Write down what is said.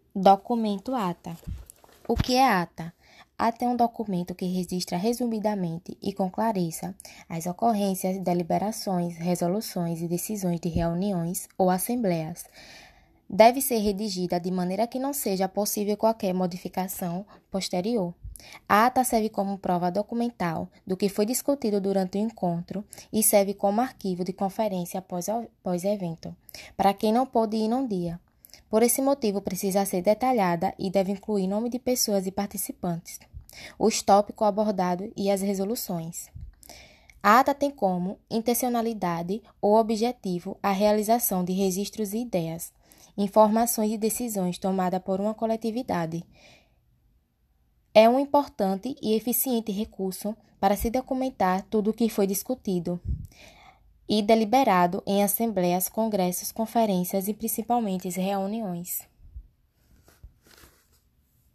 Documento ata. O que é ata? Ata é um documento que registra resumidamente e com clareza as ocorrências, deliberações, resoluções e decisões de reuniões ou assembleias. Deve ser redigida de maneira que não seja possível qualquer modificação posterior. A ata serve como prova documental do que foi discutido durante o encontro e serve como arquivo de conferência após evento, para quem não pôde ir num dia. Por esse motivo, precisa ser detalhada e deve incluir nome de pessoas e participantes, os tópicos abordados e as resoluções. A ata tem como intencionalidade ou objetivo a realização de registros e ideias, informações e decisões tomadas por uma coletividade. É um importante e eficiente recurso para se documentar tudo o que foi discutido e deliberado em assembleias, congressos, conferências e principalmente reuniões.